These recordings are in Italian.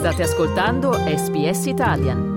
State ascoltando SBS Italian.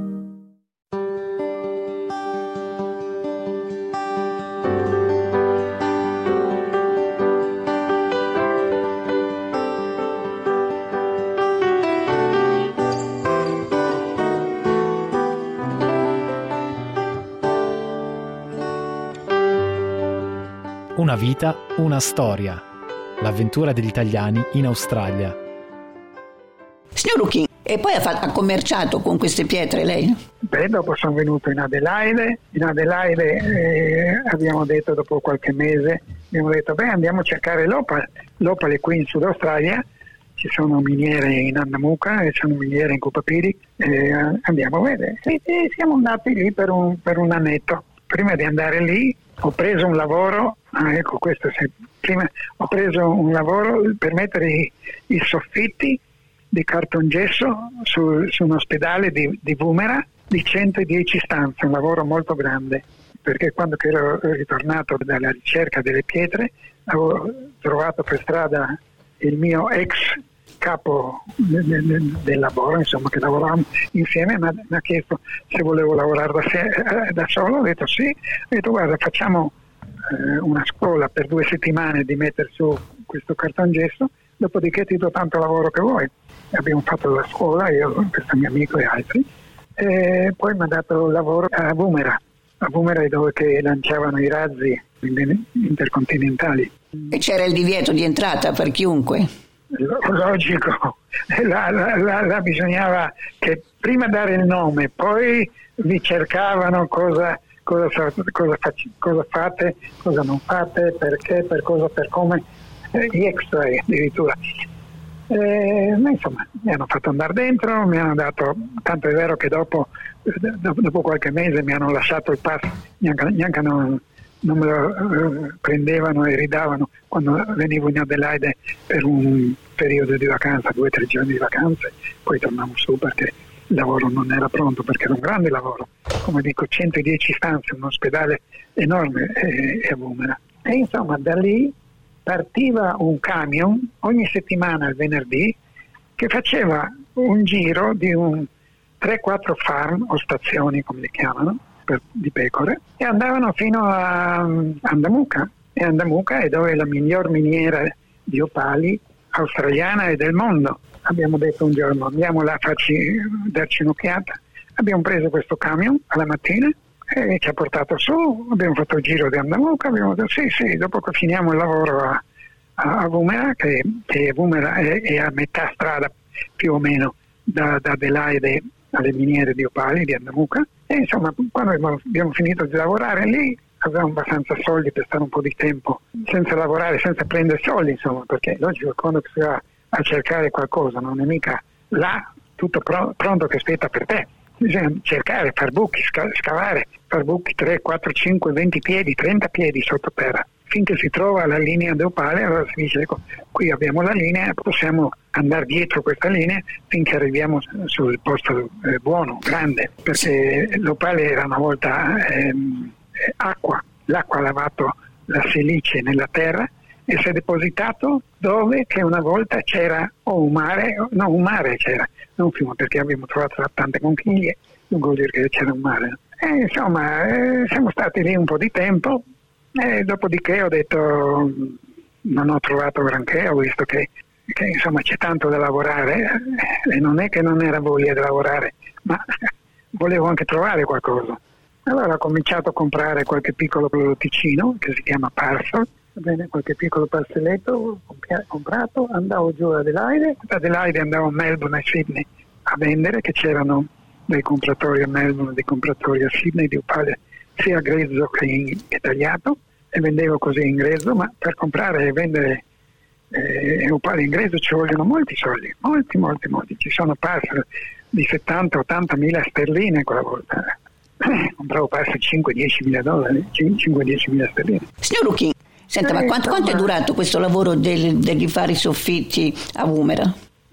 Una vita, una storia. L'avventura degli italiani in Australia. Signor Ruchin, e poi ha commerciato con queste pietre lei? Beh, dopo sono venuto in Adelaide. In Adelaide abbiamo detto, dopo qualche mese, andiamo a cercare l'opal. L'opal è qui in Sud Australia, ci sono miniere in Andamuka e ci sono miniere in Kupapiri, andiamo a vedere. E siamo andati lì per un annetto. Prima di andare lì ho preso un lavoro, prima ho preso un lavoro per mettere i soffitti di cartongesso su un ospedale di Woomera di 110 stanze, un lavoro molto grande, perché quando ero ritornato dalla ricerca delle pietre avevo trovato per strada il mio ex capo del lavoro, insomma, che lavoravamo insieme, mi ha chiesto se volevo lavorare da solo. Ho detto sì, ho detto guarda, facciamo una scuola per 2 settimane di mettere su questo cartongesso, dopodiché ti do tanto lavoro che vuoi. Abbiamo fatto la scuola, io, questo mio amico e altri, e poi mi ha dato lavoro a Woomera è dove che lanciavano i razzi intercontinentali. E c'era il divieto di entrata per chiunque? Logico, là bisognava che prima dare il nome, poi vi cercavano cosa fate, cosa non fate, perché, per cosa, per come, gli extra addirittura. Ma insomma, mi hanno fatto andare dentro, mi hanno dato, tanto è vero che dopo qualche mese mi hanno lasciato il pass, neanche non me lo prendevano e ridavano quando venivo in Adelaide per un periodo di vacanza, 2 o 3 giorni di vacanze, poi tornavo su perché il lavoro non era pronto, perché era un grande lavoro, come dico, 110 stanze, un ospedale enorme a Woomera. E insomma da lì partiva un camion ogni settimana il venerdì che faceva un giro di 3-4 farm o stazioni, come li chiamano, di pecore, e andavano fino a Andamuka, e Andamuka è dove è la miglior miniera di opali australiana e del mondo. Abbiamo detto un giorno andiamo là a darci un'occhiata. Abbiamo preso questo camion alla mattina e ci ha portato su, abbiamo fatto il giro di Andamuka, abbiamo detto sì, dopo che finiamo il lavoro a Woomera, che Woomera è a metà strada più o meno da Adelaide alle miniere di opali di Andamuka. E insomma, quando abbiamo finito di lavorare lì, avevamo abbastanza soldi per stare un po' di tempo senza lavorare, senza prendere soldi, insomma, perché è logico, quando si va a cercare qualcosa non è mica là tutto pronto che aspetta per te. Bisogna cercare, far buchi, scavare, far buchi 3, 4, 5, 20 piedi, 30 piedi sottoterra. Finché si trova la linea d'opale, allora si dice, ecco, qui abbiamo la linea, possiamo andare dietro questa linea finché arriviamo sul posto buono, grande, perché l'opale era una volta acqua, l'acqua ha lavato la silice nella terra e si è depositato dove che una volta c'era un mare c'era, non un fiume, perché abbiamo trovato tante conchiglie, non vuol dire che c'era un mare. E insomma, siamo stati lì un po' di tempo. E dopodiché ho detto, non ho trovato granché, ho visto che insomma c'è tanto da lavorare e non è che non era voglia di lavorare, ma volevo anche trovare qualcosa. Allora ho cominciato a comprare qualche piccolo lotticino che si chiama parcel, qualche piccolo parcelletto comprato, andavo giù ad Adelaide, andavo a Melbourne e Sydney a vendere, che c'erano dei compratori a Melbourne, dei compratori a Sydney di opale sia grezzo che tagliato, e vendevo così in grezzo, ma per comprare e vendere opale in grezzo ci vogliono molti soldi, molti. Ci sono parcel di 70-80 mila sterline quella volta. Compravo parcel 5-10 mila dollari, 5-10 mila sterline. Signor Ruchin, senta, ma quanto è durato questo lavoro di fare i soffitti a Woomera?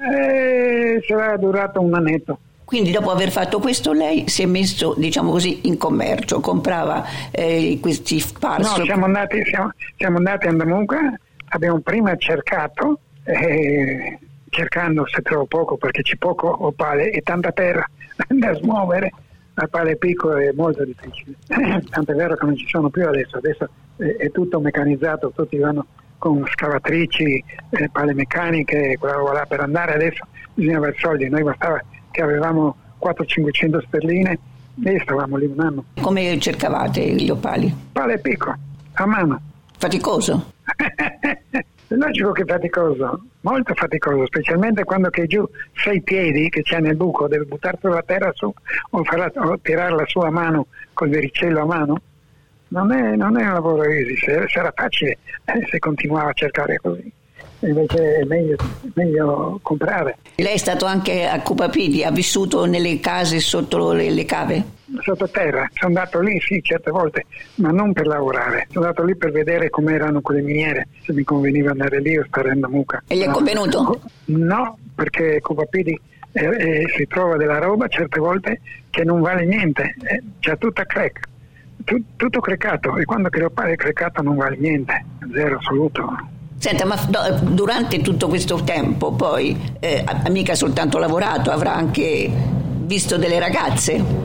Sarà durato un annetto. Quindi dopo aver fatto questo lei si è messo, diciamo così, in commercio, comprava questi parcel. No, siamo andati a Andamuka, abbiamo prima cercato cercando se trovo poco, perché c'è poco opale e tanta terra da smuovere. A pale piccolo è molto difficile, tanto è vero che non ci sono più adesso è tutto meccanizzato, tutti vanno con scavatrici, pale meccaniche, voilà, per andare adesso bisogna avere soldi, noi bastava che avevamo 400-500 sterline e stavamo lì un anno. Come cercavate gli opali? Pale piccolo, a mano. Faticoso? È logico che è faticoso, molto faticoso, specialmente quando che giù 6 piedi che c'è nel buco, deve buttare sulla terra su o tirarla su a mano col vericello a mano. Non è un lavoro easy, sarà facile se continuava a cercare così. Invece è meglio comprare. Lei è stato anche a Cupapidi, ha vissuto nelle case sotto le cave? Sottoterra, sono andato lì sì certe volte, ma non per lavorare, sono andato lì per vedere come erano quelle miniere, se mi conveniva andare lì o stare in Damuca. E gli è convenuto? No, perché Cupapidi si trova della roba certe volte che non vale niente, c'è tutta crack, tutto crecato, e quando che l'opale è crecato non vale niente, zero assoluto. Senta, ma durante tutto questo tempo poi mica soltanto lavorato, avrà anche visto delle ragazze?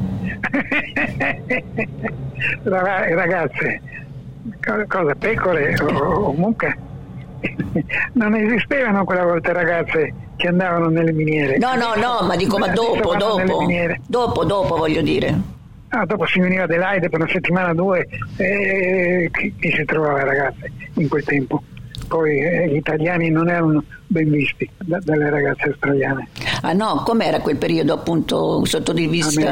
Ragazze, cosa, pecore o mucche? Non esistevano quella volta ragazze che andavano nelle miniere. No, ma dico, ma dopo voglio dire. Dopo si veniva dell'Aide per una settimana o due, chi si trovava ragazze in quel tempo? Poi gli italiani non erano ben visti dalle ragazze australiane. Ah no, com'era quel periodo appunto sotto di vista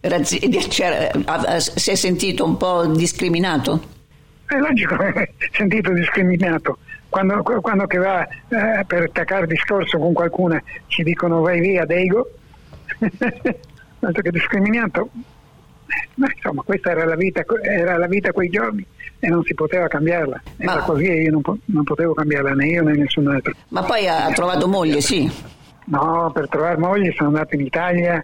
si è sentito un po' discriminato? È logico, sentito discriminato. Quando che va per attaccare discorso con qualcuna ci dicono vai via Deigo, altro che discriminato. Ma insomma, questa era la vita quei giorni e non si poteva cambiarla. Era così e io non potevo cambiarla, né io né nessun altro. Ma poi ha trovato moglie, sì? No, per trovare moglie sono andato in Italia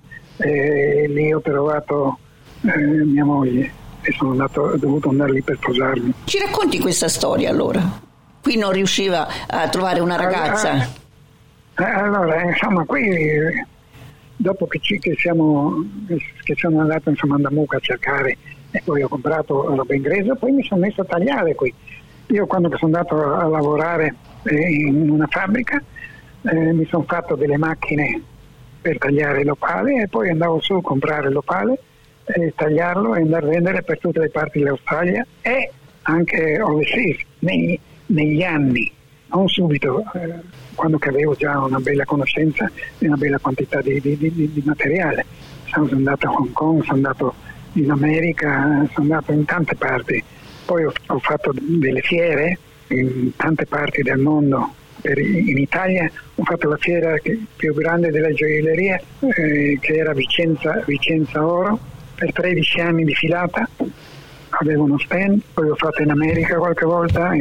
e lì ho trovato mia moglie e ho dovuto andare lì per sposarmi. Ci racconti questa storia allora? Qui non riusciva a trovare una ragazza? Allora, insomma, qui dopo che sono andato insomma a Damuca a cercare e poi ho comprato roba inglese, poi mi sono messo a tagliare qui. Io quando sono andato a lavorare in una fabbrica mi sono fatto delle macchine per tagliare l'opale e poi andavo su a comprare l'opale, tagliarlo e andare a vendere per tutte le parti dell'Australia e anche overseas negli anni, non subito, quando che avevo già una bella conoscenza e una bella quantità di materiale. Sono andato a Hong Kong, sono andato in America, sono andato in tante parti. Poi ho fatto delle fiere in tante parti del mondo. In Italia ho fatto la fiera più grande della gioielleria, che era Vicenza Oro, per 13 anni di filata. Avevo uno stand, poi ho fatto in America qualche volta,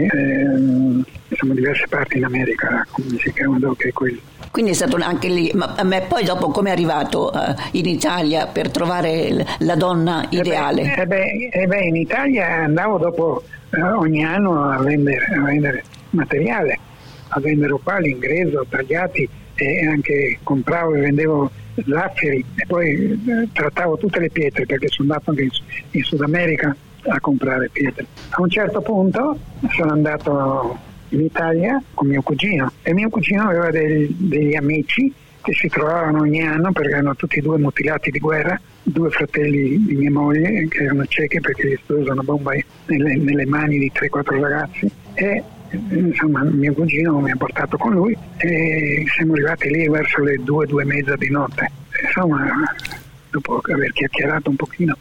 insomma diverse parti in America, come si chiama che è quello. Quindi è stato anche lì, ma poi dopo come è arrivato in Italia per trovare la donna ideale? In Italia andavo dopo ogni anno a vendere materiale, a vendere opali in grezzo, tagliati, e anche compravo e vendevo lafferi e poi trattavo tutte le pietre perché sono andato anche in Sud America a comprare pietre. A un certo punto sono andato in Italia con mio cugino e mio cugino aveva degli amici che si trovavano ogni anno perché erano tutti e due mutilati di guerra, 2 fratelli di mia moglie che erano ciechi perché gli esplose una bomba nelle mani di 3-4 ragazzi e insomma mio cugino mi ha portato con lui e siamo arrivati lì verso le 2:30 di notte. Insomma, dopo aver chiacchierato un pochino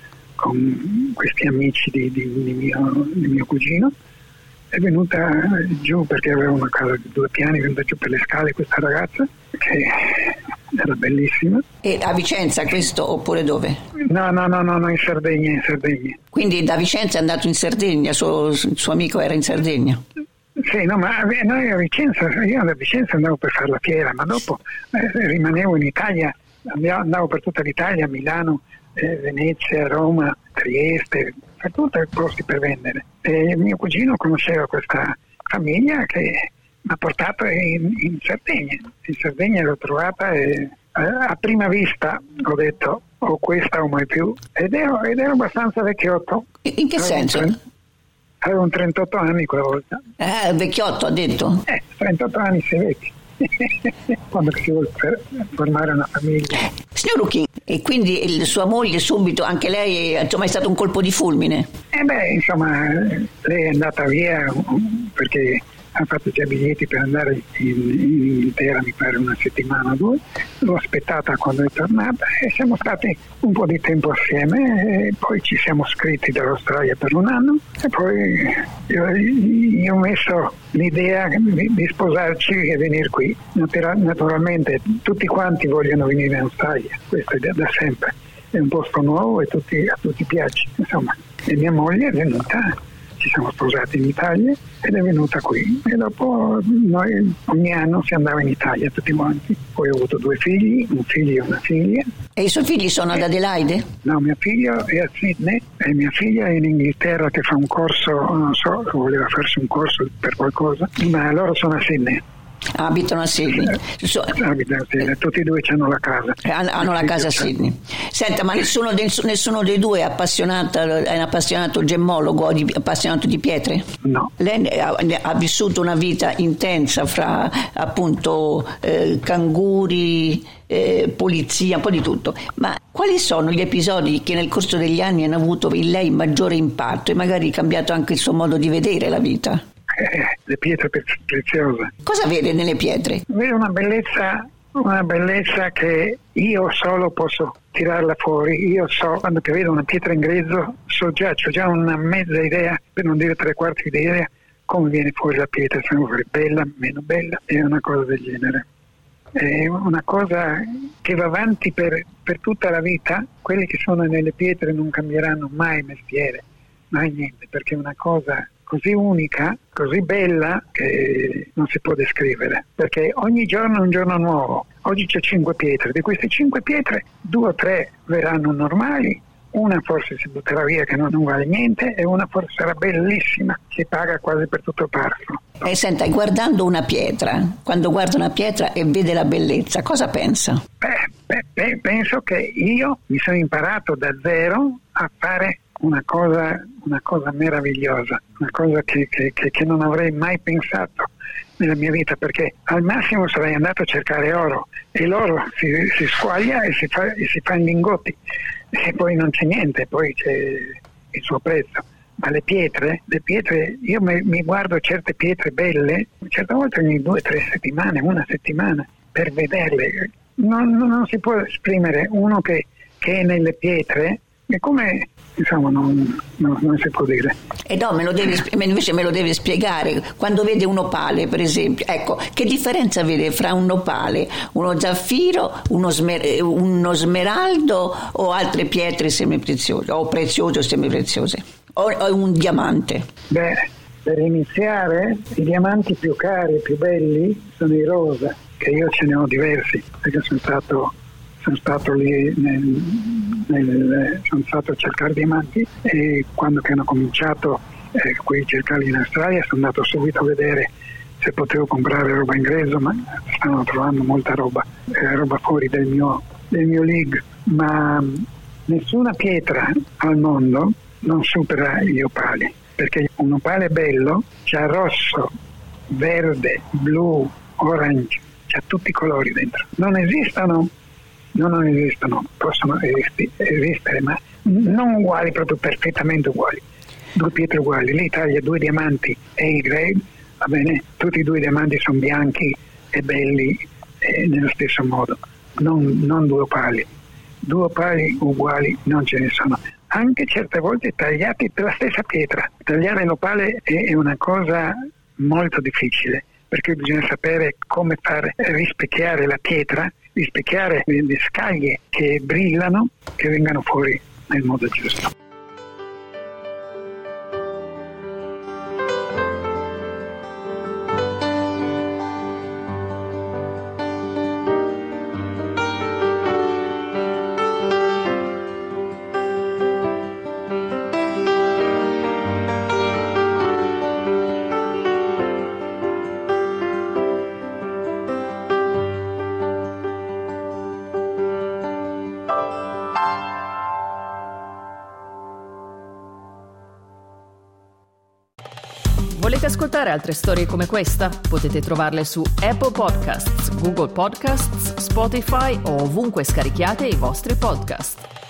con questi amici di mio cugino, è venuta giù perché aveva una casa di 2 piani, è venuta giù per le scale questa ragazza che era bellissima. E a Vicenza questo oppure dove? No, in Sardegna. Quindi da Vicenza è andato in Sardegna, suo amico era in Sardegna? Sì, no, ma noi io da Vicenza andavo per fare la fiera, ma dopo rimanevo in Italia, andavo per tutta l'Italia, Milano, Venezia, Roma, Trieste, per tutti i posti per vendere. E mio cugino conosceva questa famiglia che ha portato in Sardegna. In Sardegna l'ho trovata e a prima vista ho detto o questa o mai più, ed ero abbastanza vecchiotto. In che senso? Avevo 38 anni quella volta. Vecchiotto ha detto? 38 anni si vecchi. Quando si vuole formare una famiglia. Signor Ruchin, e quindi sua moglie subito, anche lei, insomma, è stato un colpo di fulmine? Insomma, lei è andata via perché ha fatto già biglietti per andare in Inghilterra, mi pare una settimana o due. L'ho aspettata quando è tornata e siamo stati un po' di tempo assieme e poi ci siamo scritti dall'Australia per un anno e poi io ho messo l'idea di sposarci e venire qui. Naturalmente tutti quanti vogliono venire in Australia, questo è da sempre, è un posto nuovo e a tutti piace. Insomma, e mia moglie è venuta, ci siamo sposati in Italia ed è venuta qui e dopo noi ogni anno si andava in Italia tutti quanti. Poi ho avuto 2 figli, un figlio e una figlia. E i suoi figli sono ad Adelaide? No, mio figlio è a Sydney e mia figlia è in Inghilterra che fa un corso, non so, voleva farsi un corso per qualcosa, ma loro sono a Sydney. Abitano a Sydney. Abitano a Sydney, tutti e due hanno la casa. Hanno la casa a Sydney. Senta, ma nessuno dei due è appassionato gemmologo, appassionato di pietre? No. Lei ha vissuto una vita intensa fra appunto canguri, polizia, un po' di tutto. Ma quali sono gli episodi che nel corso degli anni hanno avuto in lei maggiore impatto e magari cambiato anche il suo modo di vedere la vita? Le pietre preziose. Cosa vede nelle pietre? Vedo una bellezza che io solo posso tirarla fuori. Io so, quando che vedo una pietra in grezzo, ho già una mezza idea, per non dire 3/4 di idea, come viene fuori la pietra, se viene fuori bella, meno bella, è una cosa del genere. È una cosa che va avanti per tutta la vita. Quelli che sono nelle pietre non cambieranno mai mestiere, mai niente, perché è una cosa così unica, così bella, che non si può descrivere, perché ogni giorno è un giorno nuovo. Oggi c'è 5 pietre, di queste 5 pietre 2 o 3 verranno normali, una forse si butterà via che non vale niente e una forse sarà bellissima, si paga quasi per tutto il parco. E senta, guardando una pietra, quando guarda una pietra e vede la bellezza, cosa pensa? Penso che io mi sono imparato da zero a fare una cosa meravigliosa, una cosa che non avrei mai pensato nella mia vita, perché al massimo sarei andato a cercare oro e l'oro si squaglia e si fa in lingotti e poi non c'è niente, poi c'è il suo prezzo. Ma le pietre, io mi guardo certe pietre belle, certe volte ogni 2 o 3 settimane, una settimana, per vederle. Non si può esprimere uno che è nelle pietre, è come, insomma, non si può dire. E no, invece me lo deve spiegare. Quando vede un opale, per esempio, ecco, che differenza vede fra un opale, uno zaffiro, uno smeraldo o altre pietre semipreziose, o preziose o semipreziose, o un diamante? Per iniziare, i diamanti più cari, più belli, sono i rosa, che io ce ne ho diversi, perché sono stato lì sono stato a cercare diamanti e quando che hanno cominciato qui a cercarli in Australia sono andato subito a vedere se potevo comprare roba in grezzo, ma stanno trovando molta roba fuori del mio league, ma nessuna pietra al mondo non supera gli opali, perché un opale bello c'ha rosso, verde, blu, orange, c'ha tutti i colori dentro. Non esistono, possono esistere, ma non uguali, proprio perfettamente uguali. 2 pietre uguali, l'Italia 2 diamanti A-grade, va bene, tutti i 2 diamanti sono bianchi e belli nello stesso modo, non 2 opali. 2 opali uguali non ce ne sono, anche certe volte tagliati per la stessa pietra. Tagliare l'opale è una cosa molto difficile, perché bisogna sapere come far rispecchiare la pietra, rispecchiare le scaglie che brillano, che vengano fuori nel modo giusto. Volete ascoltare altre storie come questa? Potete trovarle su Apple Podcasts, Google Podcasts, Spotify o ovunque scarichiate i vostri podcast.